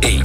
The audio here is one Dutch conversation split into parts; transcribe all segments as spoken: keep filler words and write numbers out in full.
één.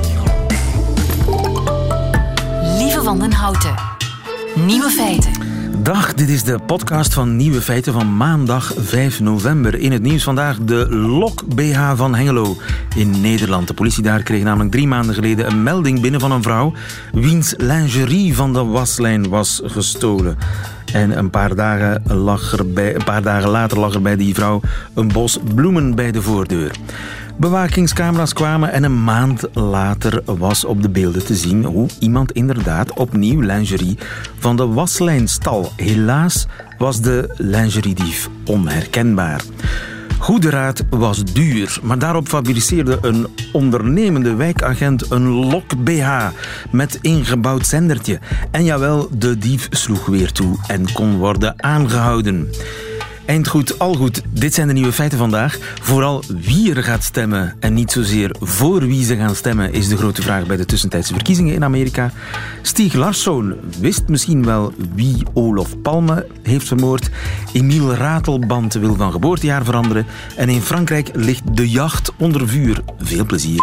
Lieve Wandenhouten. Nieuwe feiten. Dag, dit is de podcast van Nieuwe Feiten van maandag vijf november. In het nieuws vandaag de Lok-B H van Hengelo in Nederland. De politie daar kreeg namelijk drie maanden geleden een melding binnen van een vrouw wiens lingerie van de waslijn was gestolen. En een paar dagen, lag er bij, een paar dagen later lag er bij die vrouw een bos bloemen bij de voordeur. Bewakingscamera's kwamen en een maand later was op de beelden te zien hoe iemand inderdaad opnieuw lingerie van de waslijn stal. Helaas was de lingeriedief onherkenbaar. Goede raad was duur, maar daarop fabriceerde een ondernemende wijkagent een Lok-B H met ingebouwd zendertje. En jawel, de dief sloeg weer toe en kon worden aangehouden. Eindgoed, al goed. Dit zijn de nieuwe feiten vandaag. Vooral wie er gaat stemmen en niet zozeer voor wie ze gaan stemmen is de grote vraag bij de tussentijdse verkiezingen in Amerika. Stieg Larsson wist misschien wel wie Olof Palme heeft vermoord. Emiel Ratelband wil van geboortejaar veranderen. En in Frankrijk ligt de jacht onder vuur. Veel plezier.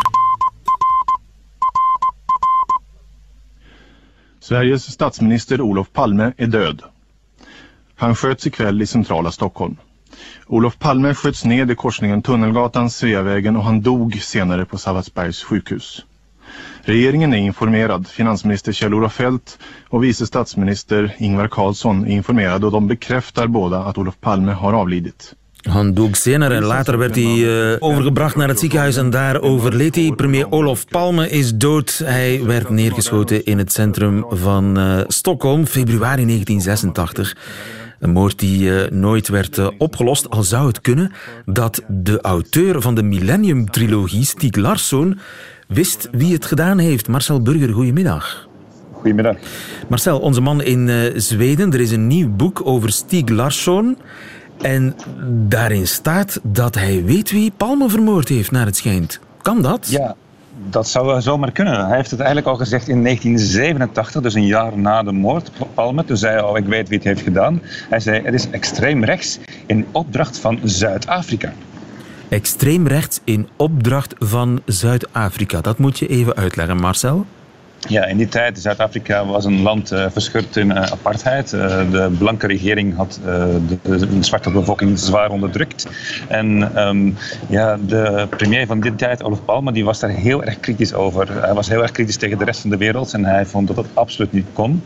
Sveriges statsminister Olof Palme är död. Han sköts ikväll i centrala Stockholm. Olof Palme sköts ned i korsningen Tunnelgatan, Sveavägen och han dog senare på Sabbatsbergs sjukhus. Regeringen är informerad. Finansminister Kjell-Olof Feldt och vice statsminister Ingvar Carlsson är informerade och de bekräftar båda att Olof Palme har avlidit. Han dog senere en later werd hij uh, overgebracht naar het ziekenhuis en daar overleed hij. Premier Olof Palme is dood. Hij werd neergeschoten in het centrum van uh, Stockholm, februari negentien zesentachtig. Een moord die uh, nooit werd uh, opgelost, al zou het kunnen dat de auteur van de Millennium-trilogie, Stieg Larsson, wist wie het gedaan heeft. Marcel Burger, goedemiddag. Goedemiddag. Marcel, onze man in uh, Zweden. Er is een nieuw boek over Stieg Larsson. En daarin staat dat hij weet wie Palme vermoord heeft, naar het schijnt. Kan dat? Ja, dat zou zomaar kunnen. Hij heeft het eigenlijk al gezegd in negentien zevenentachtig, dus een jaar na de moord. Palme, toen zei hij al, ik weet wie het heeft gedaan. Hij zei, het is extreem rechts in opdracht van Zuid-Afrika. Extreem rechts in opdracht van Zuid-Afrika. Dat moet je even uitleggen, Marcel. Ja, in die tijd, Zuid-Afrika was een land uh, verscheurd in uh, apartheid. Uh, de blanke regering had uh, de, de zwarte bevolking zwaar onderdrukt. En um, ja, de premier van die tijd, Olof Palme, die was daar heel erg kritisch over. Hij was heel erg kritisch tegen de rest van de wereld en hij vond dat dat absoluut niet kon.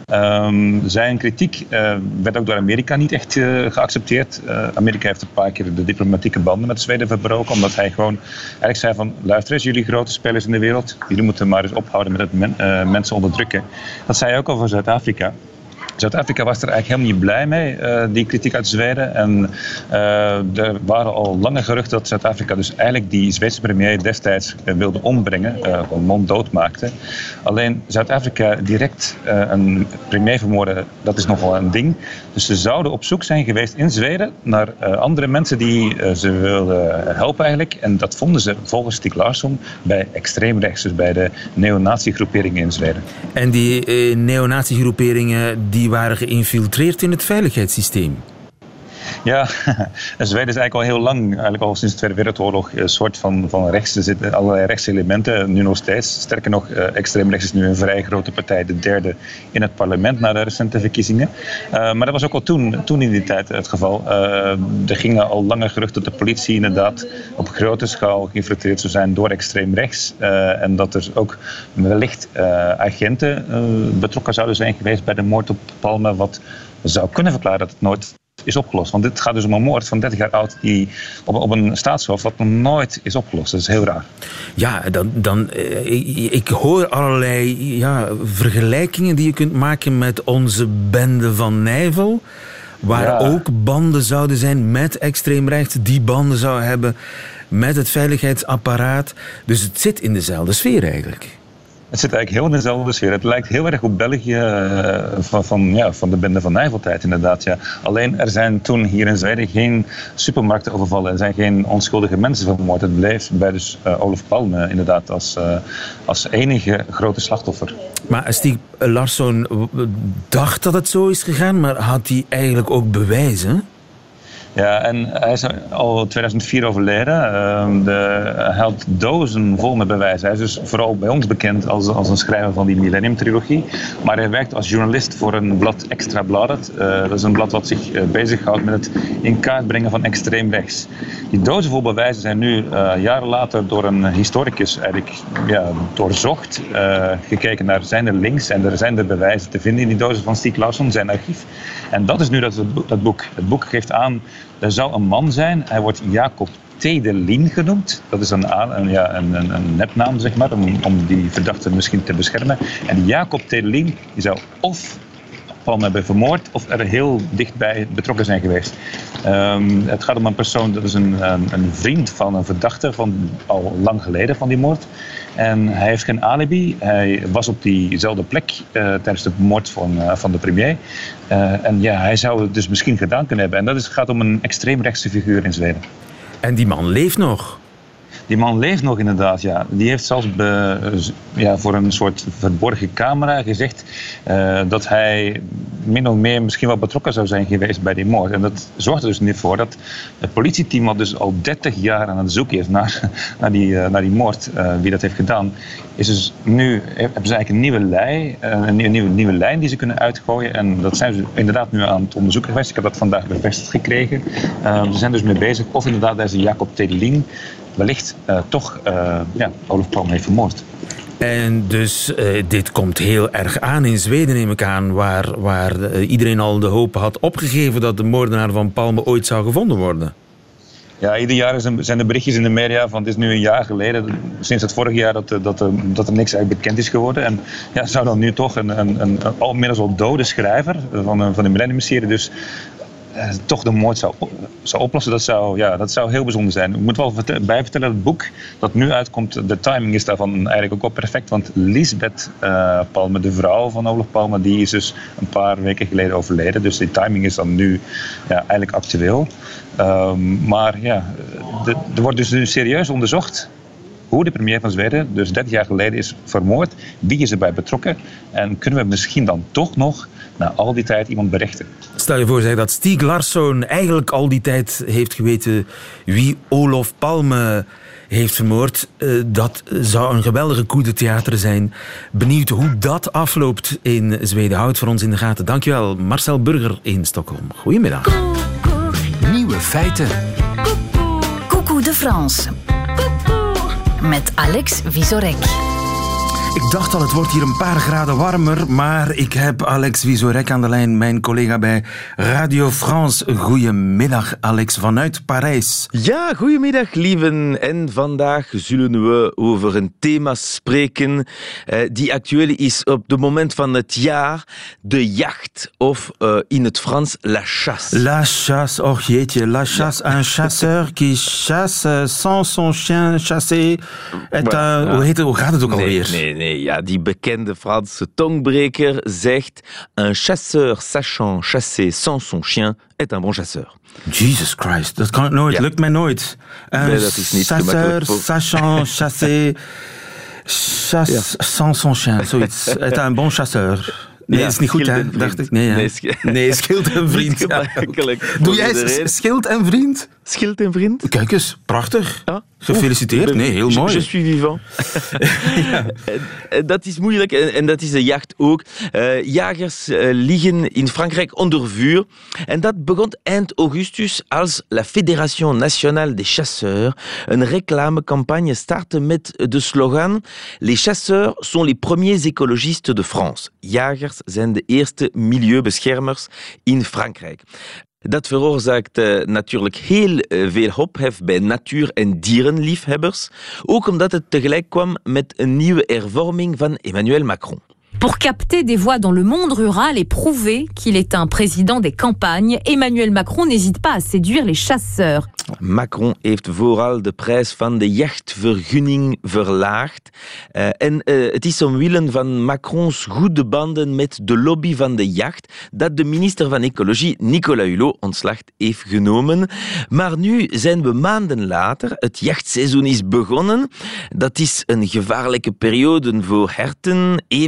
Um, zijn kritiek uh, werd ook door Amerika niet echt uh, geaccepteerd. Uh, Amerika heeft een paar keer de diplomatieke banden met Zweden verbroken, omdat hij gewoon eigenlijk zei van, luister eens, jullie grote spelers in de wereld, jullie moeten maar eens ophouden met het men, uh, mensen onderdrukken. Dat zei hij ook over Zuid-Afrika. Zuid-Afrika was er eigenlijk helemaal niet blij mee, uh, die kritiek uit Zweden. En uh, er waren al lange geruchten dat Zuid-Afrika dus eigenlijk die Zweedse premier destijds uh, wilde ombrengen, uh, gewoon monddood maakte. Alleen Zuid-Afrika direct uh, een premier vermoorden, dat is nogal een ding. Dus ze zouden op zoek zijn geweest in Zweden naar uh, andere mensen die uh, ze wilden helpen eigenlijk. En dat vonden ze volgens Stieg Larsson bij extreemrechts, dus bij de neonazi-groeperingen in Zweden. En die uh, neonazi-groeperingen die waren geïnfiltreerd in het veiligheidssysteem. Ja, Zweden is eigenlijk al heel lang, eigenlijk al sinds de Tweede Wereldoorlog, een soort van, van rechts. Er zitten allerlei rechtselementen, nu nog steeds. Sterker nog, extreem rechts is nu een vrij grote partij, de derde in het parlement na de recente verkiezingen. Uh, maar dat was ook al toen, toen in die tijd het geval. Uh, er gingen al lange geruchten dat de politie inderdaad op grote schaal geïnfiltreerd zou zijn door extreem rechts. Uh, en dat er ook wellicht uh, agenten uh, betrokken zouden zijn geweest bij de moord op Palme, wat zou kunnen verklaren dat het nooit is opgelost. Want dit gaat dus om een moord van dertig jaar oud die op, op een staatshoofd wat nog nooit is opgelost. Dat is heel raar. Ja, dan, dan, ik, ik hoor allerlei ja, vergelijkingen die je kunt maken met onze bende van Nijvel, waar ja. ook banden zouden zijn met extreem rechts, die banden zou hebben met het veiligheidsapparaat. Dus het zit in dezelfde sfeer eigenlijk. Het zit eigenlijk heel in dezelfde sfeer. Het lijkt heel erg op België uh, van, van, ja, van de bende van Nijveltijd inderdaad. Ja. Alleen er zijn toen hier in Zweden geen supermarkten overvallen. Er zijn geen onschuldige mensen vermoord. Het bleef bij dus uh, Olof Palme inderdaad als, uh, als enige grote slachtoffer. Maar Stieg Larsson dacht dat het zo is gegaan, maar had hij eigenlijk ook bewijzen? Ja, en hij is al in tweeduizend vier overleden. Uh, de, hij had dozen vol met bewijzen. Hij is dus vooral bij ons bekend als, als een schrijver van die Millennium-trilogie. Maar hij werkt als journalist voor een blad Extra Bladet. Uh, dat is een blad wat zich uh, bezighoudt met het in kaart brengen van extreem rechts. Die dozen vol bewijzen zijn nu uh, jaren later door een historicus eigenlijk ja, doorzocht. Uh, gekeken naar zijn er links en er zijn er bewijzen te vinden in die dozen van Stieg Larsson, zijn archief. En dat is nu dat, dat boek. Het boek geeft aan, er zou een man zijn, hij wordt Jacob Tedelin genoemd. Dat is een, een, ja, een, een, een nepnaam, zeg maar, om, om die verdachte misschien te beschermen. En die Jacob Tedelin die zou of Palme hebben vermoord of er heel dichtbij betrokken zijn geweest. Um, het gaat om een persoon, dat is een, een, een vriend van een verdachte van al lang geleden van die moord. En hij heeft geen alibi. Hij was op diezelfde plek uh, tijdens de moord van, uh, van de premier. Uh, en ja, hij zou het dus misschien gedaan kunnen hebben. En dat is, gaat om een extreemrechtse figuur in Zweden. En die man leeft nog. Die man leeft nog inderdaad, ja. Die heeft zelfs be, ja, voor een soort verborgen camera gezegd uh, dat hij min of meer misschien wel betrokken zou zijn geweest bij die moord. En dat zorgt er dus niet voor dat het politieteam, wat dus al dertig jaar aan het zoeken is naar, naar, die, uh, naar die moord, uh, wie dat heeft gedaan, is dus nu, hebben ze eigenlijk een nieuwe lijn, een nieuwe, nieuwe, nieuwe lijn die ze kunnen uitgooien. En dat zijn ze inderdaad nu aan het onderzoeken geweest. Ik heb dat vandaag bevestigd gekregen. Uh, ze zijn dus mee bezig of inderdaad deze Jacob Tedelin wellicht uh, toch uh, ja, Olof Palme heeft vermoord. En dus uh, dit komt heel erg aan in Zweden, neem ik aan, waar, waar uh, iedereen al de hoop had opgegeven dat de moordenaar van Palme ooit zou gevonden worden. Ja, ieder jaar zijn er berichtjes in de media van het is nu een jaar geleden, sinds het vorig jaar, dat, dat, er, dat er niks eigenlijk bekend is geworden. En ja, zou dan nu toch een, een, een, een al inmiddels al dode schrijver van, van de Millennium-serie dus Uh, toch de moord zou, zou oplossen, dat zou, ja, dat zou heel bijzonder zijn. Ik moet wel verte- bijvertellen, het boek dat nu uitkomt, de timing is daarvan eigenlijk ook wel perfect, want Lisbeth uh, Palme, de vrouw van Olof Palme, die is dus een paar weken geleden overleden, dus die timing is dan nu ja, eigenlijk actueel. Um, maar ja, de, er wordt dus nu serieus onderzocht hoe de premier van Zweden dus dertig jaar geleden is vermoord, wie is erbij betrokken en kunnen we misschien dan toch nog na al die tijd iemand berechten. Stel je voor zeg, dat Stieg Larsson eigenlijk al die tijd heeft geweten wie Olof Palme heeft vermoord. Uh, dat zou een geweldige coup de theater zijn. Benieuwd hoe dat afloopt in Zweden. Houd voor ons in de gaten. Dankjewel, Marcel Burger in Stockholm. Goedemiddag. Nieuwe feiten. Coucou de France. Met Alex Vizorek. Ik dacht al, het wordt hier een paar graden warmer, maar ik heb Alex Vizorek aan de lijn, mijn collega bij Radio France. Goedemiddag, Alex, vanuit Parijs. Ja, goedemiddag, lieven. En vandaag zullen we over een thema spreken uh, die actueel is op het moment van het jaar, de jacht, of uh, in het Frans, la chasse. La chasse, och jeetje, la chasse, ja. Un chasseur qui chasse sans son chien chassé. Het, uh, hoe, heet het, hoe gaat het ook nee, alweer? Nee, nee, ja, die bekende Franse tongbreker zegt: un chasseur sachant chasser sans son chien est un bon chasseur. Jesus Christ, dat kan ik nooit, ja. Lukt mij nooit. Un nee, dat is niet chasseur sachant chasser chasse ja. sans son chien, zoiets. Est un bon chasseur. Nee, ja, dat is niet goed, hè? Dacht ik. Nee, ja. nee, sch- nee, schild en vriend. Ja. Doe jij schild en vriend? Schild en vriend? Kijk eens, prachtig. Ja. Gefeliciteerd. Ben, nee, heel je, mooi. Je suis vivant. Ja. En, dat is moeilijk en, en dat is de jacht ook. Uh, jagers uh, liggen in Frankrijk onder vuur. En dat begon eind augustus als la Fédération Nationale des Chasseurs een reclamecampagne startte met de slogan: Les chasseurs sont les premiers écologistes de France. Jagers zijn de eerste milieubeschermers in Frankrijk. Dat veroorzaakt uh, natuurlijk heel uh, veel ophef bij natuur- en dierenliefhebbers, ook omdat het tegelijk kwam met een nieuwe hervorming van Emmanuel Macron. Pour capter des voix dans le monde rural et prouver qu'il est un président des campagnes, Emmanuel Macron n'hésite pas à séduire les chasseurs. Macron heeft vooral de prijs van de jachtvergunning verlaagd. Uh, en uh, het is omwille van Macrons goede banden met de lobby van de jacht dat de minister van Ecologie, Nicolas Hulot, ontslag heeft genomen. Maar nu zijn we maanden later. Het jachtseizoen is begonnen. Dat is een gevaarlijke periode voor herten, everzwijnen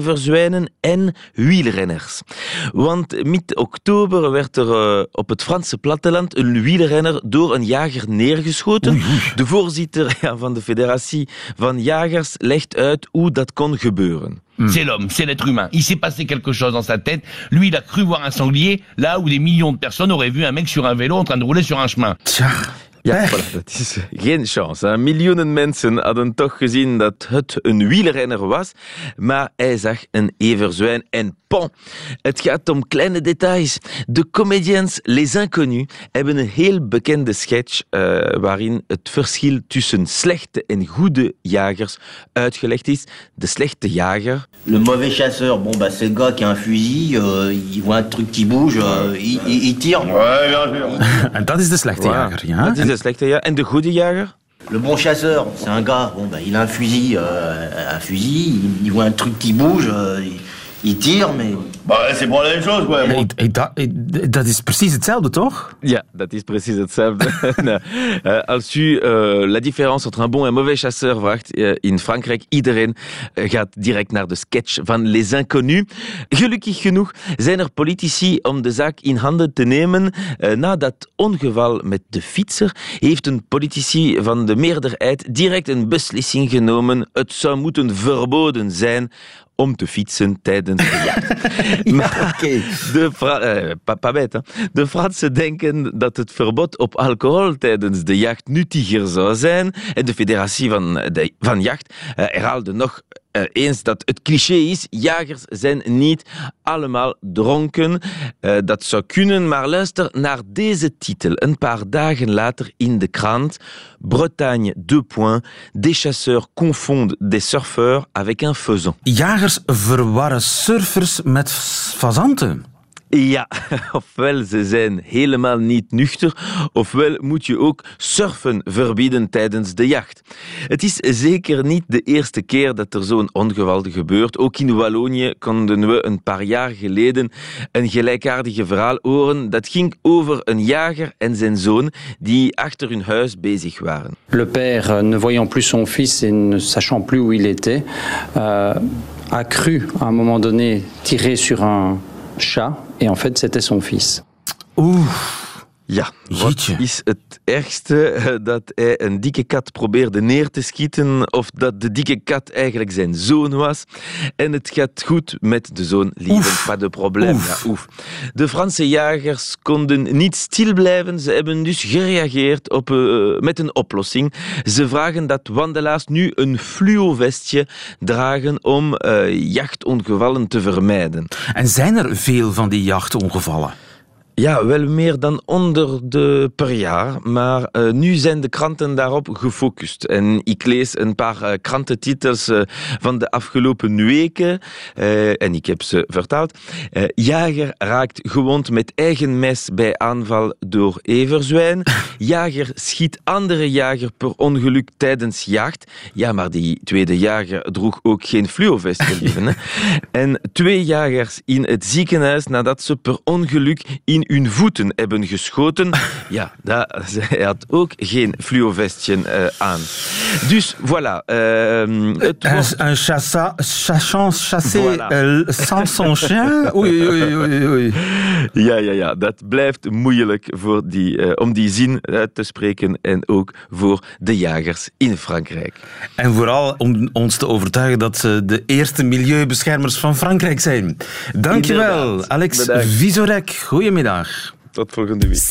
everzwijnen en wielrenners. Want mid-oktober werd er uh, op het Franse platteland een wielrenner door een jager neergeschoten. Oei, oei. De voorzitter ja, van de federatie van jagers legt uit hoe dat kon gebeuren. Mm. C'est l'homme, c'est l'être humain. Il s'est passé quelque chose dans sa tête. Lui, il a cru voir un sanglier, là où des millions de personnes auraient vu un mec sur un vélo en train de rouler sur un chemin. Tja. Ja, voilà, dat is geen chance. Hè. Miljoenen mensen hadden toch gezien dat het een wielrenner was, maar hij zag een everzwijn en pon. Het gaat om kleine details. De comedians Les Inconnus hebben een heel bekende sketch uh, waarin het verschil tussen slechte en goede jagers uitgelegd is. De slechte jager. Le mauvais chasseur, bon bah c'est le gars qui a un fusil, euh, il voit un truc qui bouge, euh, il, il, il tire. Ouais, bien sûr. En dat is de slechte voilà. jager, ja. Dat is de slechte jager. En de goede jager? Le bon chasseur, c'est un gars, bon bah il a un fusil, euh, un fusil, il, il voit un truc qui bouge, euh, il, il tire, mais... Bah, c'est pas la même chose, quoi. Hey, hey, dat, hey, dat is precies hetzelfde, toch? Ja, dat is precies hetzelfde. nou, uh, als u uh, la différence entre un bon en un mauvais chasseur vraagt uh, in Frankrijk, iedereen uh, gaat direct naar de sketch van Les Inconnus. Gelukkig genoeg zijn er politici om de zaak in handen te nemen. Uh, na dat ongeval met de fietser heeft een politici van de meerderheid direct een beslissing genomen. Het zou moeten verboden zijn om te fietsen tijdens de jacht. ja, maar okay. de, Fra- uh, pas, pas bête, hè? De Fransen denken dat het verbod op alcohol tijdens de jacht nuttiger zou zijn. En de federatie van, de, van jacht uh, herhaalde nog uh, eens dat het cliché is, jagers zijn niet allemaal dronken. Uh, dat zou kunnen, maar luister naar deze titel. Een paar dagen later in de krant. Bretagne, deux points. Des chasseurs confondent des surfeurs avec un faisan. Jagers verwarren surfers met fazanten. Ja, ofwel ze zijn helemaal niet nuchter, ofwel moet je ook surfen verbieden tijdens de jacht. Het is zeker niet de eerste keer dat er zo'n ongeval gebeurt. Ook in Wallonië konden we een paar jaar geleden een gelijkaardige verhaal horen. Dat ging over een jager en zijn zoon die achter hun huis bezig waren. Le père, ne voyant plus son fils et ne sachant plus où il était, euh, a cru à un moment donné tirer sur un chat, et en fait, c'était son fils. Oeh. Ja, wat is het ergste? Dat hij een dikke kat probeerde neer te schieten of dat de dikke kat eigenlijk zijn zoon was. En het gaat goed met de zoon, lieve, pas de probleem. Oef. Ja, oef. De Franse jagers konden niet stil blijven. Ze hebben dus gereageerd op, uh, met een oplossing. Ze vragen dat wandelaars nu een fluo-vestje dragen om uh, jachtongevallen te vermijden. En zijn er veel van die jachtongevallen? Ja, wel meer dan honderden per jaar, maar uh, nu zijn de kranten daarop gefocust. En ik lees een paar uh, krantentitels uh, van de afgelopen weken, uh, en ik heb ze vertaald. Uh, jager raakt gewond met eigen mes bij aanval door everzwijn. Jager schiet andere jager per ongeluk tijdens jacht. Ja, maar die tweede jager droeg ook geen fluovest, lieve. En twee jagers in het ziekenhuis nadat ze per ongeluk in hun voeten hebben geschoten. Ja, dat, hij had ook geen fluovestje uh, aan. Dus voilà. Uh, het wordt... Un chassant chassé voilà. uh, sans son chien? Oei, oei, oei, oei. Ja, ja, ja. Dat blijft moeilijk voor die, uh, om die zin uit te spreken en ook voor de jagers in Frankrijk. En vooral om ons te overtuigen dat ze de eerste milieubeschermers van Frankrijk zijn. Dankjewel, Inderdaad. Alex Bedankt. Vizorek. Goedemiddag. Tot volgende week.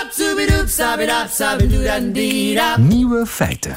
Nieuwe feiten.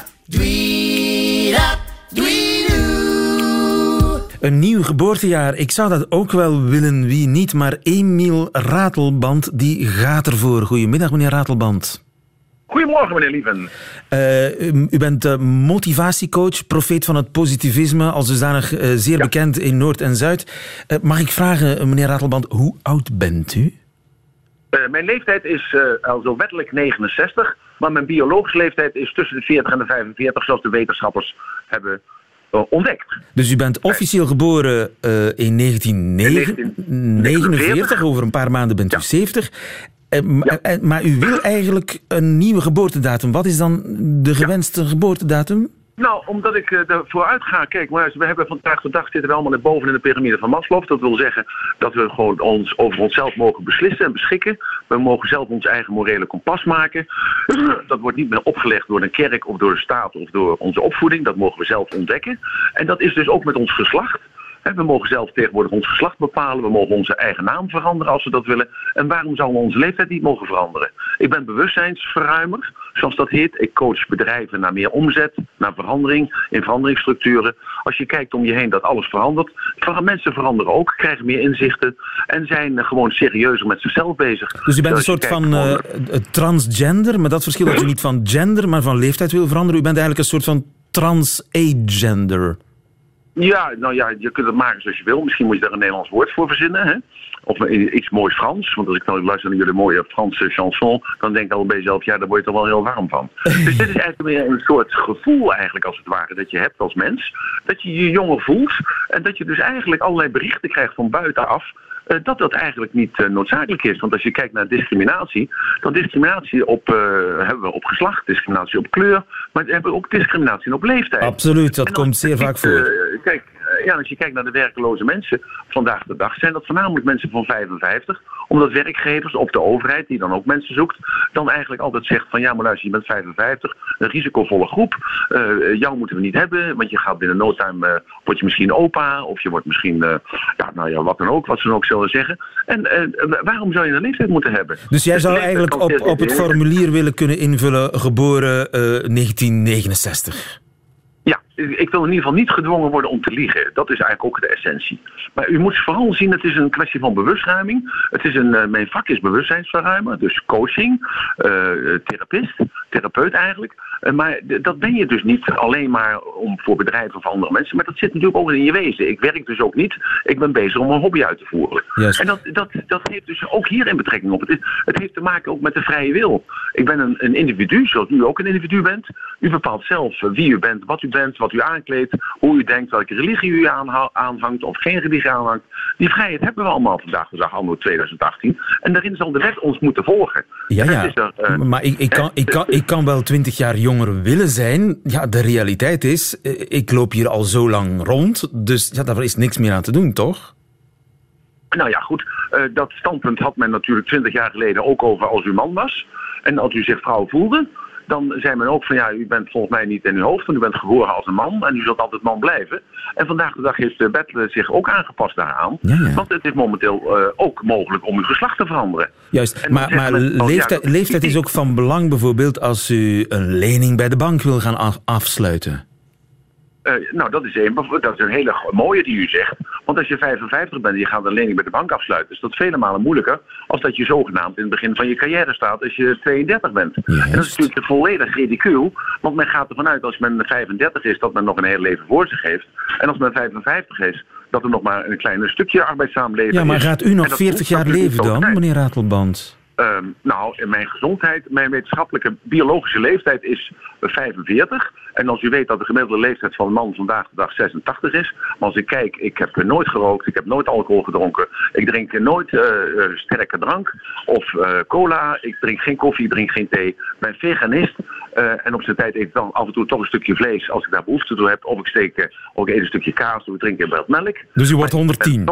Een nieuw geboortejaar. Ik zou dat ook wel willen, wie niet. Maar Emiel Ratelband, die gaat ervoor. Goedemiddag, meneer Ratelband. Goedemorgen, meneer Lieven. Uh, u, u bent uh, motivatiecoach, profeet van het positivisme, als dusdanig uh, zeer ja. bekend in Noord en Zuid. Uh, mag ik vragen, meneer Ratelband, hoe oud bent u? Uh, mijn leeftijd is uh, al zo wettelijk negenenzestig, maar mijn biologische leeftijd is tussen de veertig en de vijfenveertig, zoals de wetenschappers hebben uh, ontdekt. Dus u bent officieel geboren uh, in negentien negenenveertig, over een paar maanden bent u ja. zeventig. Uh, ja. uh, maar u wil eigenlijk een nieuwe geboortedatum. Wat is dan de gewenste ja. geboortedatum? Nou, omdat ik uh, ervoor uitga. Kijk, maar we hebben vandaag de dag zitten we allemaal net boven in de piramide van Maslow. Dat wil zeggen dat we gewoon ons, over onszelf mogen beslissen en beschikken. We mogen zelf ons eigen morele kompas maken. Dat wordt niet meer opgelegd door een kerk of door de staat of door onze opvoeding. Dat mogen we zelf ontdekken. En dat is dus ook met ons geslacht. We mogen zelf tegenwoordig ons geslacht bepalen. We mogen onze eigen naam veranderen als we dat willen. En waarom zouden we onze leeftijd niet mogen veranderen? Ik ben bewustzijnsverruimer, zoals dat heet. Ik coach bedrijven naar meer omzet, naar verandering, in veranderingsstructuren. Als je kijkt om je heen dat alles verandert. Mensen veranderen ook, krijgen meer inzichten en zijn gewoon serieuzer met zichzelf bezig. Dus u bent een soort van uh, transgender, maar dat verschil dat u niet van gender, maar van leeftijd wil veranderen. U bent eigenlijk een soort van trans-agender. Ja, nou ja, je kunt het maken zoals je wil. Misschien moet je daar een Nederlands woord voor verzinnen. Hè? Of iets moois Frans. Want als ik nou luister naar jullie mooie Franse chanson, dan denk ik al bij jezelf, ja, daar word je toch wel heel warm van. Dus dit is eigenlijk meer een soort gevoel eigenlijk, als het ware, dat je hebt als mens. Dat je je jonger voelt. En dat je dus eigenlijk allerlei berichten krijgt van buitenaf. Uh, dat dat eigenlijk niet uh, noodzakelijk is. Want als je kijkt naar discriminatie, dan discriminatie op, uh, hebben we op geslacht, discriminatie op kleur, maar we hebben ook discriminatie op leeftijd. Absoluut, dat komt zeer vaak voor. Uh, kijk, uh, ja, als je kijkt naar de werkloze mensen vandaag de dag, zijn dat voornamelijk mensen van vijfenvijftig, omdat werkgevers of de overheid, die dan ook mensen zoekt, dan eigenlijk altijd zegt van ja, maar luister, je bent vijfenvijftig, een risicovolle groep, uh, jou moeten we niet hebben, want je gaat binnen no time, uh, word je misschien opa, of je wordt misschien, uh, ja, nou ja, wat dan ook, wat ze dan ook zullen zeggen. En uh, waarom zou je een leeftijd moeten hebben? Dus jij zou eigenlijk op, op het formulier willen kunnen invullen geboren uh, negentien negenenzestig? Ja, ik wil in ieder geval niet gedwongen worden om te liegen. Dat is eigenlijk ook de essentie. Maar u moet vooral zien, het is een kwestie van bewustruiming. Het is een, uh, mijn vak is bewustzijnsverruimer, dus coaching, uh, therapist, therapeut eigenlijk. Uh, maar d- dat ben je dus niet alleen maar om voor bedrijven of andere mensen, maar dat zit natuurlijk ook in je wezen. Ik werk dus ook niet, ik ben bezig om een hobby uit te voeren. Yes. En dat, dat, dat heeft dus ook hier in betrekking op. Het, is, het heeft te maken ook met de vrije wil. Ik ben een, een individu, zoals u ook een individu bent. U bepaalt zelf wie u bent, wat u bent, wat u aankleedt, hoe u denkt, welke religie u aanha- aanhangt of geen religie aanhangt. Die vrijheid hebben we allemaal vandaag de dag, anno twintig achttien. En daarin zal de wet ons moeten volgen. Ja, ja. Er, uh, maar ik, ik, kan, ik, kan, ik kan wel twintig jaar jonger willen zijn. Ja, de realiteit is, ik loop hier al zo lang rond, dus ja, daar is niks meer aan te doen, toch? Nou ja, goed. Uh, dat standpunt had men natuurlijk twintig jaar geleden ook over als u man was. En als u zich vrouw voelde, dan zei men ook van ja, u bent volgens mij niet in uw hoofd, want u bent geboren als een man en u zult altijd man blijven. En vandaag de dag heeft de wet zich ook aangepast daaraan. Ja, ja. Want het is momenteel uh, ook mogelijk om uw geslacht te veranderen. Juist, maar, maar men, oh, leeftijd, ja, leeftijd is ook van belang bijvoorbeeld als u een lening bij de bank wil gaan af, afsluiten. Uh, nou, dat is, een, dat is een hele mooie die u zegt. Want als je vijfenvijftig bent en je gaat een lening bij de bank afsluiten, is dat vele malen moeilijker als dat je zogenaamd in het begin van je carrière staat als je tweeëndertig bent. Juist. En dat is natuurlijk volledig ridicuul, want men gaat ervan uit als men vijfendertig is dat men nog een heel leven voor zich heeft. En als men vijfenvijftig is, dat er nog maar een klein stukje arbeidssamenleving is. Ja, maar gaat u nog veertig jaar leven dan, meneer Ratelband? Um, nou, in mijn gezondheid, mijn wetenschappelijke biologische leeftijd is vijfenveertig. En als u weet dat de gemiddelde leeftijd van een man vandaag de dag zesentachtig is. Maar als ik kijk, ik heb nooit gerookt, ik heb nooit alcohol gedronken. Ik drink nooit uh, uh, sterke drank of uh, cola. Ik drink geen koffie, ik drink geen thee. Ik ben veganist. Uh, en op zijn tijd eet ik dan af en toe toch een stukje vlees als ik daar behoefte toe heb. Of ik steek, uh, of ik eet een stukje kaas of ik drink een bad melk. Dus u wordt honderdtien?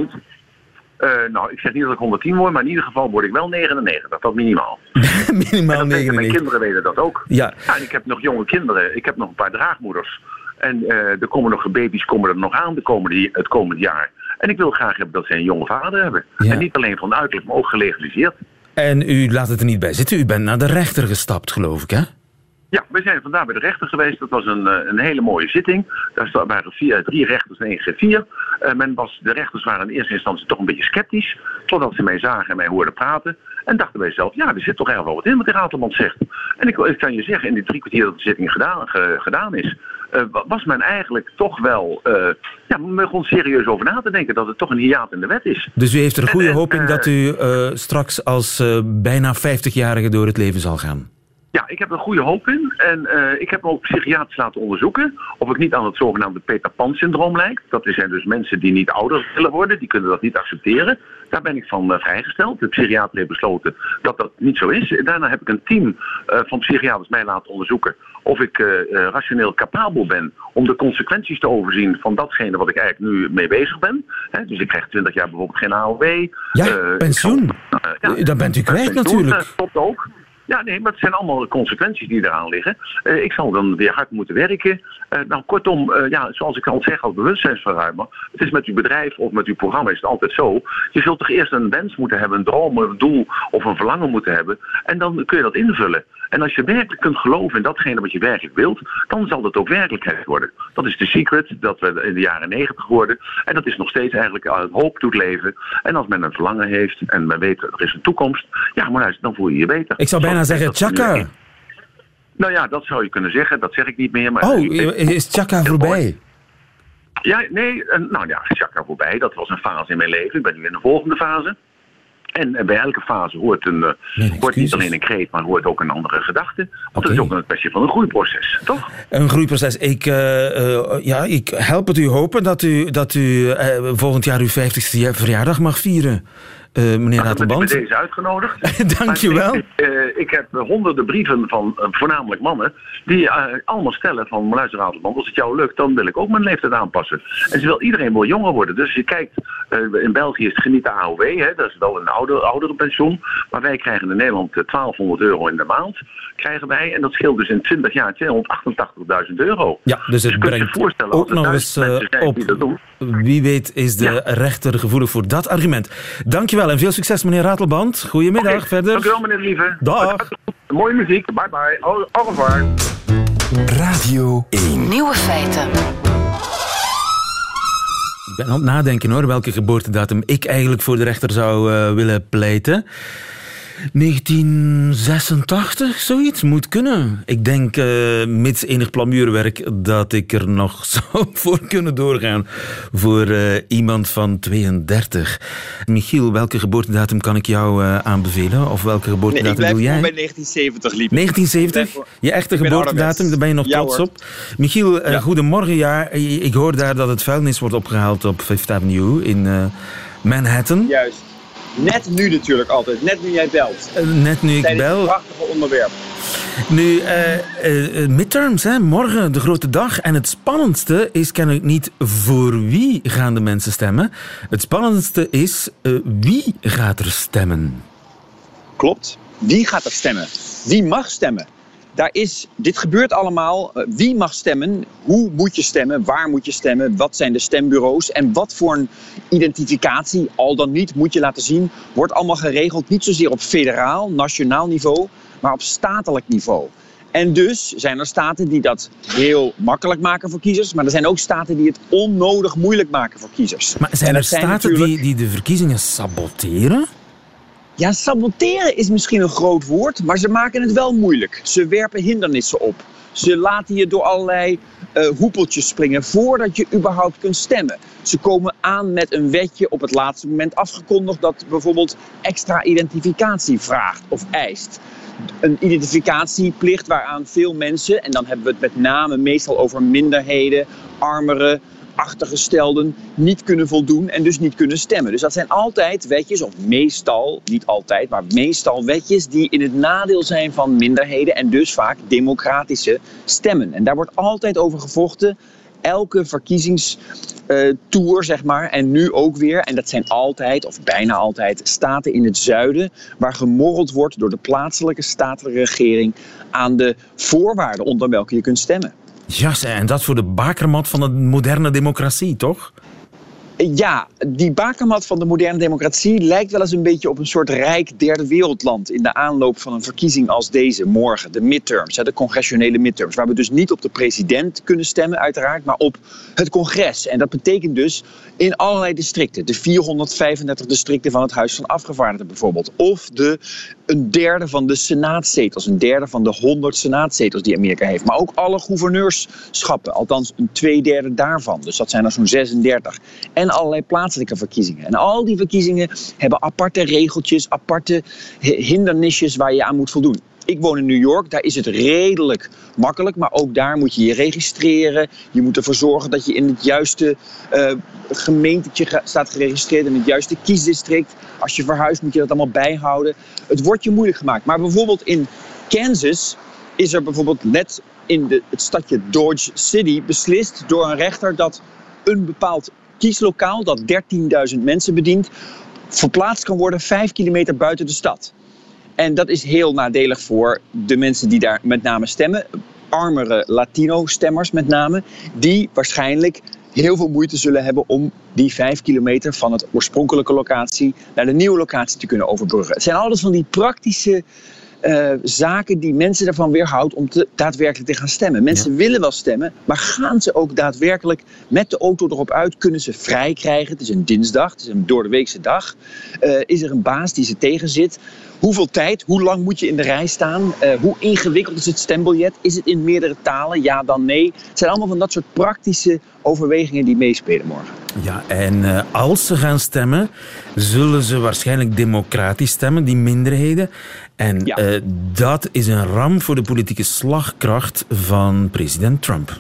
Uh, nou, ik zeg niet dat ik honderdtien word, maar in ieder geval word ik wel negenennegentig. Dat minimaal. minimaal en negenennegentig. Mijn kinderen weten dat ook. Ja. Ja, en ik heb nog jonge kinderen. Ik heb nog een paar draagmoeders. En uh, er komen nog baby's komen er nog aan de komende, het komende jaar. En ik wil graag hebben dat ze een jonge vader hebben. Ja. En niet alleen van uiterlijk, maar ook gelegaliseerd. En u laat het er niet bij zitten. U bent naar de rechter gestapt, geloof ik, hè? Ja, we zijn vandaag bij de rechter geweest. Dat was een, een hele mooie zitting. Daar waren vier, drie rechters en één griffier. Uh, men was, de rechters waren in eerste instantie toch een beetje sceptisch. Totdat ze mij zagen en mij hoorden praten. En dachten bij zichzelf, ja, er zit toch erg wel wat in wat de Ratelband zegt. En ik, ik kan je zeggen, in die drie kwartier dat de zitting gedaan, ge, gedaan is, uh, was men eigenlijk toch wel, uh, ja, men begon serieus over na te denken dat het toch een hiaat in de wet is. Dus u heeft er goede en, hoop in uh, dat u uh, straks als uh, bijna vijftigjarige door het leven zal gaan? Ja, ik heb er goede hoop in. En uh, ik heb me ook psychiaters laten onderzoeken of ik niet aan het zogenaamde Peter Pan-syndroom lijk. Dat zijn dus mensen die niet ouder willen worden, die kunnen dat niet accepteren. Daar ben ik van uh, vrijgesteld. De psychiater heeft besloten dat dat niet zo is. Daarna heb ik een team uh, van psychiaters mij laten onderzoeken of ik uh, uh, rationeel capabel ben om de consequenties te overzien van datgene wat ik eigenlijk nu mee bezig ben. He, dus ik krijg twintig jaar bijvoorbeeld geen A O W. Ja, uh, pensioen. Zal, uh, ja, dat bent u kwijt pensioen, natuurlijk. Dat klopt ook. Ja, nee, maar het zijn allemaal consequenties die eraan liggen. Uh, ik zal dan weer hard moeten werken. Uh, nou, kortom, uh, ja, zoals ik al zeg als bewustzijnsverruimer, het is met uw bedrijf of met uw programma is het altijd zo. Je zult toch eerst een wens moeten hebben, een droom, een doel of een verlangen moeten hebben. En dan kun je dat invullen. En als je werkelijk kunt geloven in datgene wat je werkelijk wilt, dan zal dat ook werkelijkheid worden. Dat is de secret dat we in de jaren negentig worden. En dat is nog steeds eigenlijk uit hoop doet leven. En als men een verlangen heeft en men weet er is een toekomst, ja, maar dan voel je je beter. Ik zou bijna zeggen Chaka. Nou ja, dat zou je kunnen zeggen. Dat zeg ik niet meer. Maar oh, is Chaka voorbij? Ja, nee. Nou ja, Chaka voorbij. Dat was een fase in mijn leven. Ik ben nu in de volgende fase. En bij elke fase hoort, een, nee, hoort niet alleen een kreet, maar hoort ook een andere gedachte. Want okay. Dat is ook een kwestie van een groeiproces, toch? Een groeiproces. Ik, uh, uh, ja, ik help het u hopen dat u, dat u uh, volgend jaar uw vijftigste verjaardag mag vieren. Uh, meneer nou, Ratelband. Ik ben deze uitgenodigd. Dank je wel. Ik, uh, ik heb honderden brieven van uh, voornamelijk mannen die uh, allemaal stellen van luister Ratelband, als het jou lukt, dan wil ik ook mijn leeftijd aanpassen. En ze wil iedereen wil jonger worden. Dus je kijkt, uh, in België is het genieten A O W, hè, dat is wel een ouder, oudere pensioen. Maar wij krijgen in Nederland uh, twaalfhonderd euro in de maand. Krijgen wij, en dat scheelt dus in twintig jaar tweehonderdachtentachtigduizend euro. Ja, dus het dus brengt je ook nog eens uh, op. Wie weet is de ja. rechter gevoelig voor dat argument. Dankjewel en veel succes meneer Ratelband. Goedemiddag okay. verder. Dankjewel meneer Lieve. Dag. Mooie muziek. Bye bye. Au, au revoir. Radio één. Nieuwe feiten. Ik ben aan het nadenken hoor, welke geboortedatum ik eigenlijk voor de rechter zou uh, willen pleiten. negentien zesentachtig, zoiets, moet kunnen. Ik denk, uh, mits enig plamuurwerk, dat ik er nog zou voor kunnen doorgaan voor uh, iemand van tweeëndertig. Michiel, welke geboortedatum kan ik jou uh, aanbevelen? Of welke geboortedatum nee, wil jij? Ik blijf bij negentien zeventig, lief. negentien zeventig? Voor... Je echte geboortedatum, daar ben je nog ja, trots hoor. op. Michiel, uh, ja. goedemorgen. Ja, ik hoor daar dat het vuilnis wordt opgehaald op Fifth Avenue in uh, Manhattan. Juist. Net nu natuurlijk altijd. Net nu jij belt. Uh, net nu ik Tijdens bel. Een prachtige onderwerp. Nu, uh, uh, midterms, hè, morgen de grote dag. En het spannendste is kennelijk niet voor wie gaan de mensen stemmen. Het spannendste is uh, wie gaat er stemmen. Klopt. Wie gaat er stemmen? Wie mag stemmen? Daar is, dit gebeurt allemaal. Wie mag stemmen? Hoe moet je stemmen? Waar moet je stemmen? Wat zijn de stembureaus? En wat voor een identificatie, al dan niet, moet je laten zien? Wordt allemaal geregeld, niet zozeer op federaal, nationaal niveau, maar op statelijk niveau. En dus zijn er staten die dat heel makkelijk maken voor kiezers, maar er zijn ook staten die het onnodig moeilijk maken voor kiezers. Maar zijn er staten natuurlijk... die, die de verkiezingen saboteren? Ja, saboteren is misschien een groot woord, maar ze maken het wel moeilijk. Ze werpen hindernissen op. Ze laten je door allerlei uh, hoepeltjes springen voordat je überhaupt kunt stemmen. Ze komen aan met een wetje op het laatste moment afgekondigd dat bijvoorbeeld extra identificatie vraagt of eist. Een identificatieplicht waaraan veel mensen, en dan hebben we het met name meestal over minderheden, armeren, achtergestelden, niet kunnen voldoen en dus niet kunnen stemmen. Dus dat zijn altijd wetjes, of meestal, niet altijd, maar meestal wetjes die in het nadeel zijn van minderheden en dus vaak democratische stemmen. En daar wordt altijd over gevochten. Elke verkiezingstoer, uh, zeg maar, en nu ook weer. En dat zijn altijd, of bijna altijd, staten in het zuiden waar gemorreld wordt door de plaatselijke statelijke regering aan de voorwaarden onder welke je kunt stemmen. Ja, en dat voor de bakermat van de moderne democratie, toch? Ja, die bakermat van de moderne democratie lijkt wel eens een beetje op een soort rijk derde wereldland in de aanloop van een verkiezing als deze morgen, de midterms, de congressionele midterms, waar we dus niet op de president kunnen stemmen uiteraard, maar op het congres. En dat betekent dus in allerlei districten, de vierhonderdvijfendertig districten van het Huis van Afgevaardigden bijvoorbeeld, of de, een derde van de senaatzetels, een derde van de honderd senaatzetels die Amerika heeft, maar ook alle gouverneurschappen, althans een tweederde daarvan, dus dat zijn er zo'n zesendertig. En allerlei plaatselijke verkiezingen. En al die verkiezingen hebben aparte regeltjes, aparte hindernisjes waar je aan moet voldoen. Ik woon in New York, daar is het redelijk makkelijk. Maar ook daar moet je je registreren. Je moet ervoor zorgen dat je in het juiste uh, gemeentetje ga- staat geregistreerd. In het juiste kiesdistrict. Als je verhuist moet je dat allemaal bijhouden. Het wordt je moeilijk gemaakt. Maar bijvoorbeeld in Kansas is er bijvoorbeeld net in de, het stadje Dodge City beslist door een rechter dat een bepaald kieslokaal dat dertienduizend mensen bedient verplaatst kan worden vijf kilometer buiten de stad. En dat is heel nadelig voor de mensen die daar met name stemmen. Armere Latino-stemmers met name. Die waarschijnlijk heel veel moeite zullen hebben om die vijf kilometer van het oorspronkelijke locatie naar de nieuwe locatie te kunnen overbruggen. Het zijn alles van die praktische uh, zaken die mensen ervan weerhoudt om te, daadwerkelijk te gaan stemmen. Mensen ja. willen wel stemmen, maar gaan ze ook daadwerkelijk met de auto erop uit? Kunnen ze vrij krijgen? Het is een dinsdag, het is een doordeweekse dag. Uh, is er een baas die ze tegenzit? Hoeveel tijd, hoe lang moet je in de rij staan? Uh, hoe ingewikkeld is het stembiljet? Is het in meerdere talen? Ja, dan nee. Het zijn allemaal van dat soort praktische overwegingen die meespelen morgen. Ja, en uh, als ze gaan stemmen, zullen ze waarschijnlijk democratisch stemmen, die minderheden. En ja. uh, dat is een ramp voor de politieke slagkracht van president Trump.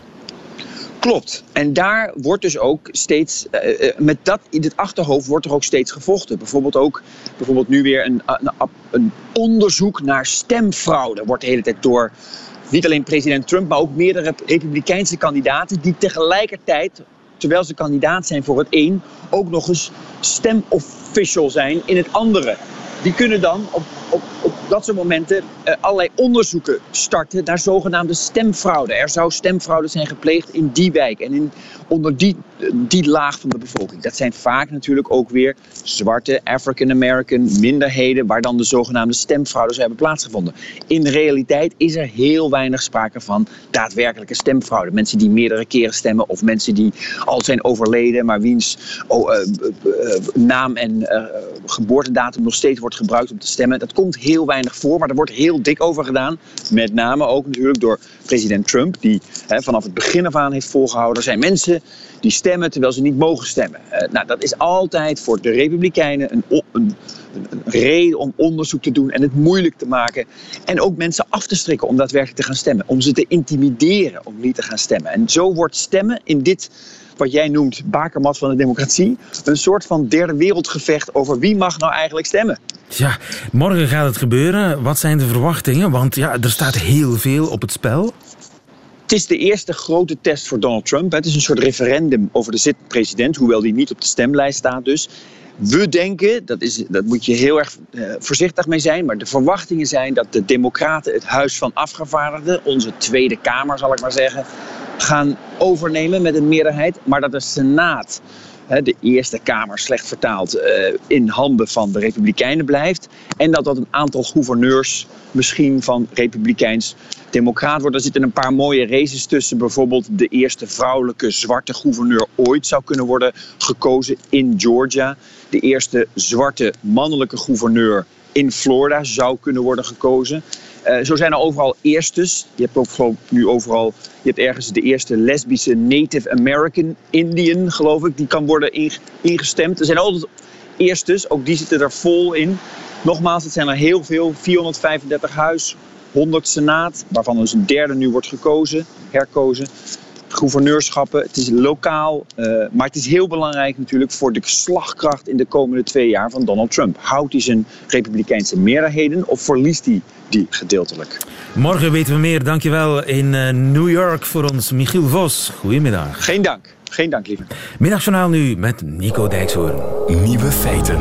Klopt. En daar wordt dus ook steeds, uh, met dat in het achterhoofd wordt er ook steeds gevochten. Bijvoorbeeld ook, bijvoorbeeld nu weer een, een, een onderzoek naar stemfraude wordt de hele tijd door niet alleen president Trump, maar ook meerdere republikeinse kandidaten die tegelijkertijd, terwijl ze kandidaat zijn voor het een, ook nog eens stemofficial zijn in het andere. Die kunnen dan op, op, op dat soort momenten uh, allerlei onderzoeken starten naar zogenaamde stemfraude. Er zou stemfraude zijn gepleegd in die wijk en in, onder die, die laag van de bevolking. Dat zijn vaak natuurlijk ook weer zwarte African-American minderheden waar dan de zogenaamde stemfraudes hebben plaatsgevonden. In de realiteit is er heel weinig sprake van daadwerkelijke stemfraude. Mensen die meerdere keren stemmen of mensen die al zijn overleden, maar wiens oh, uh, uh, uh, naam en uh, geboortedatum nog steeds wordt gebruikt om te stemmen. Dat komt heel weinig voor, maar er wordt heel dik over gedaan. Met name ook natuurlijk door president Trump, die hè, vanaf het begin af aan heeft volgehouden. Er zijn mensen die stemmen terwijl ze niet mogen stemmen. Uh, nou, dat is altijd voor de Republikeinen een, een, een, een reden om onderzoek te doen en het moeilijk te maken. En ook mensen af te strikken om daadwerkelijk te gaan stemmen. Om ze te intimideren om niet te gaan stemmen. En zo wordt stemmen in dit, wat jij noemt, bakermat van de democratie, een soort van derde wereldgevecht over wie mag nou eigenlijk stemmen. Ja, morgen gaat het gebeuren. Wat zijn de verwachtingen? Want ja, er staat heel veel op het spel. Het is de eerste grote test voor Donald Trump. Het is een soort referendum over de zittende president, hoewel die niet op de stemlijst staat dus. We denken, dat, is, dat moet je heel erg uh, voorzichtig mee zijn, maar de verwachtingen zijn dat de Democraten het Huis van Afgevaardigden, onze Tweede Kamer zal ik maar zeggen, gaan overnemen met een meerderheid, maar dat de Senaat, de Eerste Kamer slecht vertaald, in handen van de Republikeinen blijft. En dat dat een aantal gouverneurs misschien van Republikeins Democraat wordt. Er zitten een paar mooie races tussen. Bijvoorbeeld de eerste vrouwelijke zwarte gouverneur ooit zou kunnen worden gekozen in Georgia. De eerste zwarte mannelijke gouverneur in Florida zou kunnen worden gekozen. Uh, zo zijn er overal eerstes. Je hebt ook gewoon nu overal, je hebt ergens de eerste lesbische Native American Indian, geloof ik, die kan worden ingestemd. Er zijn altijd eerstes, ook die zitten er vol in. Nogmaals, het zijn er heel veel, vierhonderdvijfendertig huis, honderd senaat, waarvan dus een derde nu wordt gekozen, herkozen. Gouverneurschappen, het is lokaal, uh, maar het is heel belangrijk natuurlijk voor de slagkracht in de komende twee jaar van Donald Trump. Houdt hij zijn republikeinse meerderheden of verliest hij die gedeeltelijk? Morgen weten we meer. Dankjewel in uh, New York voor ons, Michiel Vos. Goedemiddag. Geen dank. Geen dank, lieve. Middagjournaal nu met Nico Dijkshoorn. Nieuwe feiten.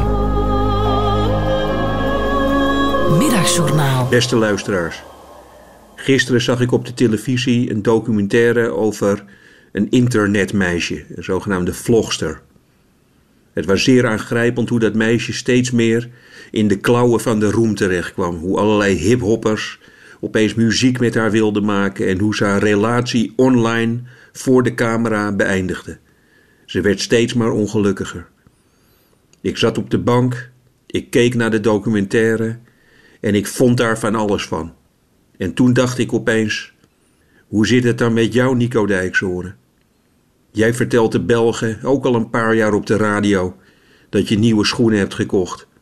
Middagjournaal. Beste luisteraars. Gisteren zag ik op de televisie een documentaire over een internetmeisje, een zogenaamde vlogster. Het was zeer aangrijpend hoe dat meisje steeds meer in de klauwen van de roem terechtkwam. Hoe allerlei hiphoppers opeens muziek met haar wilden maken en hoe ze haar relatie online voor de camera beëindigde. Ze werd steeds maar ongelukkiger. Ik zat op de bank, ik keek naar de documentaire en ik vond daar van alles van. En toen dacht ik opeens, hoe zit het dan met jou, Nico Dijkshoorn? Jij vertelt de Belgen, ook al een paar jaar op de radio, dat je nieuwe schoenen hebt gekocht.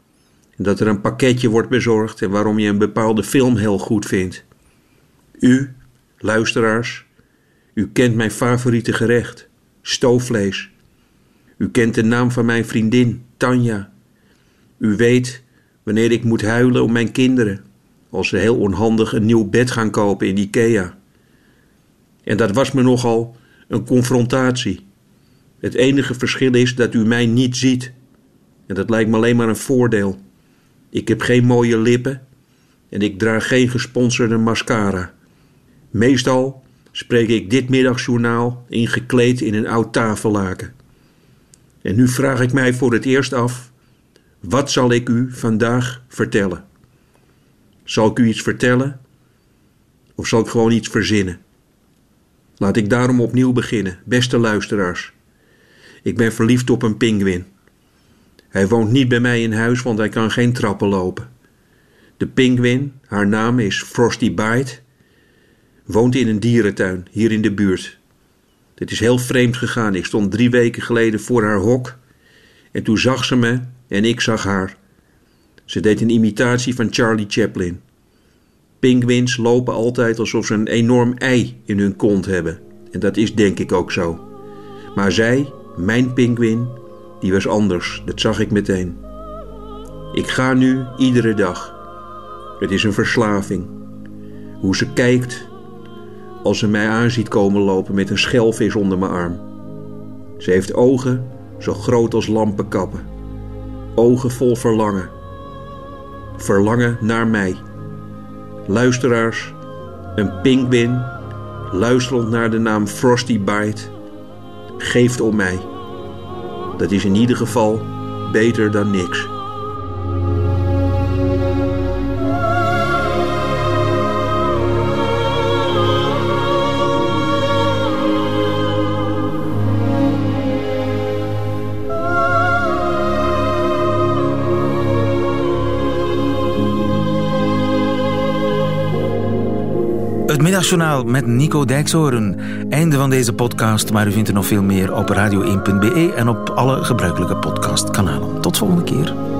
En dat er een pakketje wordt bezorgd en waarom je een bepaalde film heel goed vindt. U, luisteraars, u kent mijn favoriete gerecht, stoofvlees. U kent de naam van mijn vriendin, Tanja. U weet wanneer ik moet huilen om mijn kinderen, als ze heel onhandig een nieuw bed gaan kopen in Ikea. En dat was me nogal een confrontatie. Het enige verschil is dat u mij niet ziet. En dat lijkt me alleen maar een voordeel. Ik heb geen mooie lippen en ik draag geen gesponsorde mascara. Meestal spreek ik dit middagjournaal ingekleed in een oud tafellaken. En nu vraag ik mij voor het eerst af, wat zal ik u vandaag vertellen? Zal ik u iets vertellen? Of zal ik gewoon iets verzinnen? Laat ik daarom opnieuw beginnen, beste luisteraars. Ik ben verliefd op een pinguïn. Hij woont niet bij mij in huis, want hij kan geen trappen lopen. De pinguïn, haar naam is Frosty Bite, woont in een dierentuin hier in de buurt. Het is heel vreemd gegaan. Ik stond drie weken geleden voor haar hok en toen zag ze me en ik zag haar. Ze deed een imitatie van Charlie Chaplin. Pinguïns lopen altijd alsof ze een enorm ei in hun kont hebben. En dat is denk ik ook zo. Maar zij, mijn pinguïn, die was anders. Dat zag ik meteen. Ik ga nu iedere dag. Het is een verslaving. Hoe ze kijkt als ze mij aan ziet komen lopen met een schelvis onder mijn arm. Ze heeft ogen zo groot als lampenkappen. Ogen vol verlangen. Verlangen naar mij. Luisteraars, een pinguïn, luisterend naar de naam Frosty Bite, geeft om mij. Dat is in ieder geval beter dan niks. Het Middagjournaal met Nico Dijkshoorn. Einde van deze podcast, maar u vindt er nog veel meer op radio één punt be en op alle gebruikelijke podcastkanalen. Tot volgende keer.